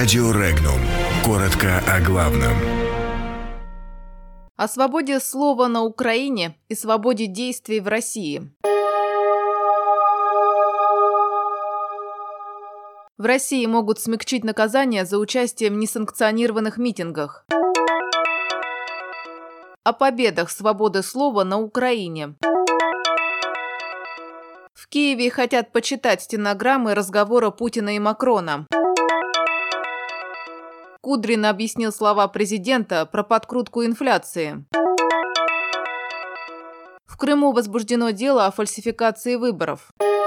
Радио Регнум. Коротко о главном. О свободе слова на Украине и свободе действий в России. В России могут смягчить наказание за участие в несанкционированных митингах. О победах свободы слова на Украине. В Киеве хотят почитать стенограммы разговора Путина и Макрона. Кудрин объяснил слова президента про подкрутку инфляции. В Крыму возбуждено дело о фальсификации выборов.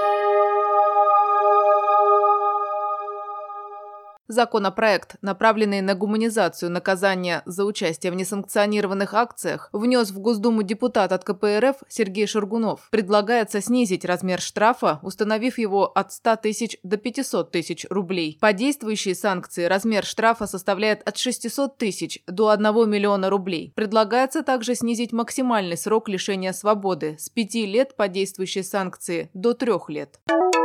Законопроект, направленный на гуманизацию наказания за участие в несанкционированных акциях, внес в Госдуму депутат от КПРФ Сергей Шаргунов. Предлагается снизить размер штрафа, установив его от 100 тысяч до 500 тысяч рублей. По действующей санкции размер штрафа составляет от 600 тысяч до 1 миллиона рублей. Предлагается также снизить максимальный срок лишения свободы с 5 лет по действующей санкции до 3 лет.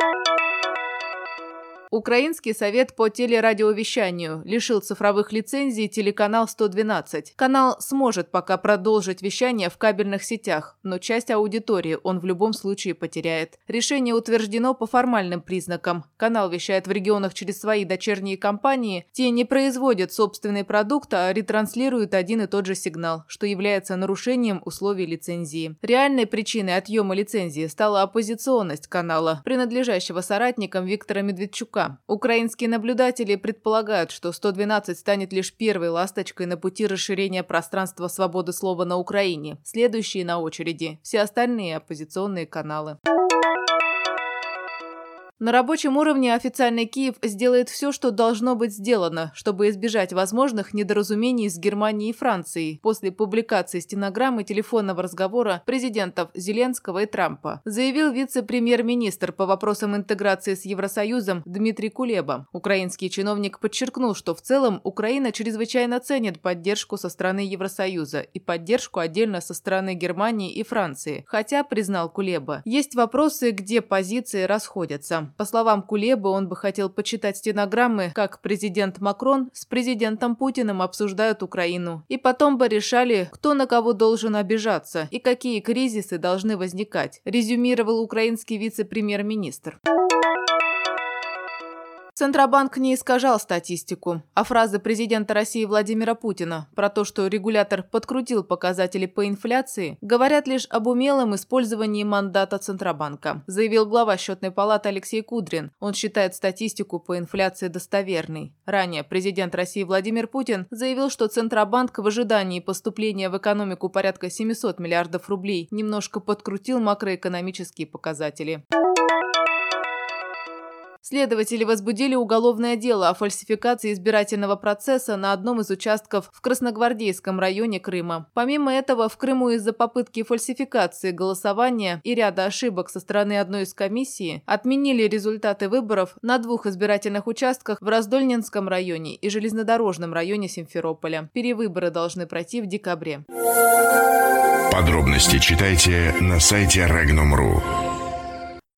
Украинский совет по телерадиовещанию лишил цифровых лицензий телеканал 112. Канал сможет пока продолжить вещание в кабельных сетях, но часть аудитории он в любом случае потеряет. Решение утверждено по формальным признакам. Канал вещает в регионах через свои дочерние компании. Те не производят собственный продукт, а ретранслируют один и тот же сигнал, что является нарушением условий лицензии. Реальной причиной отъема лицензии стала оппозиционность канала, принадлежащего соратникам Виктора Медведчука. Украинские наблюдатели предполагают, что 112 станет лишь первой ласточкой на пути расширения пространства свободы слова на Украине. Следующие на очереди – все остальные оппозиционные каналы. На рабочем уровне официальный Киев сделает все, что должно быть сделано, чтобы избежать возможных недоразумений с Германией и Францией после публикации стенограммы телефонного разговора президентов Зеленского и Трампа, заявил вице-премьер-министр по вопросам интеграции с Евросоюзом Дмитрий Кулеба. Украинский чиновник подчеркнул, что в целом Украина чрезвычайно ценит поддержку со стороны Евросоюза и поддержку отдельно со стороны Германии и Франции. Хотя, признал Кулеба, есть вопросы, где позиции расходятся. По словам Кулебы, он бы хотел почитать стенограммы, как президент Макрон с президентом Путиным обсуждают Украину. И потом бы решали, кто на кого должен обижаться и какие кризисы должны возникать, резюмировал украинский вице-премьер-министр. Центробанк не искажал статистику, а фразы президента России Владимира Путина про то, что регулятор подкрутил показатели по инфляции, говорят лишь об умелом использовании мандата Центробанка, заявил глава Счетной палаты Алексей Кудрин. Он считает статистику по инфляции достоверной. Ранее президент России Владимир Путин заявил, что Центробанк в ожидании поступления в экономику порядка 700 миллиардов рублей немножко подкрутил макроэкономические показатели. Следователи возбудили уголовное дело о фальсификации избирательного процесса на одном из участков в Красногвардейском районе Крыма. Помимо этого, в Крыму из-за попытки фальсификации голосования и ряда ошибок со стороны одной из комиссий отменили результаты выборов на 2 избирательных участках в Раздольненском районе и Железнодорожном районе Симферополя. Перевыборы должны пройти в декабре. Подробности читайте на сайте Regnum.ru.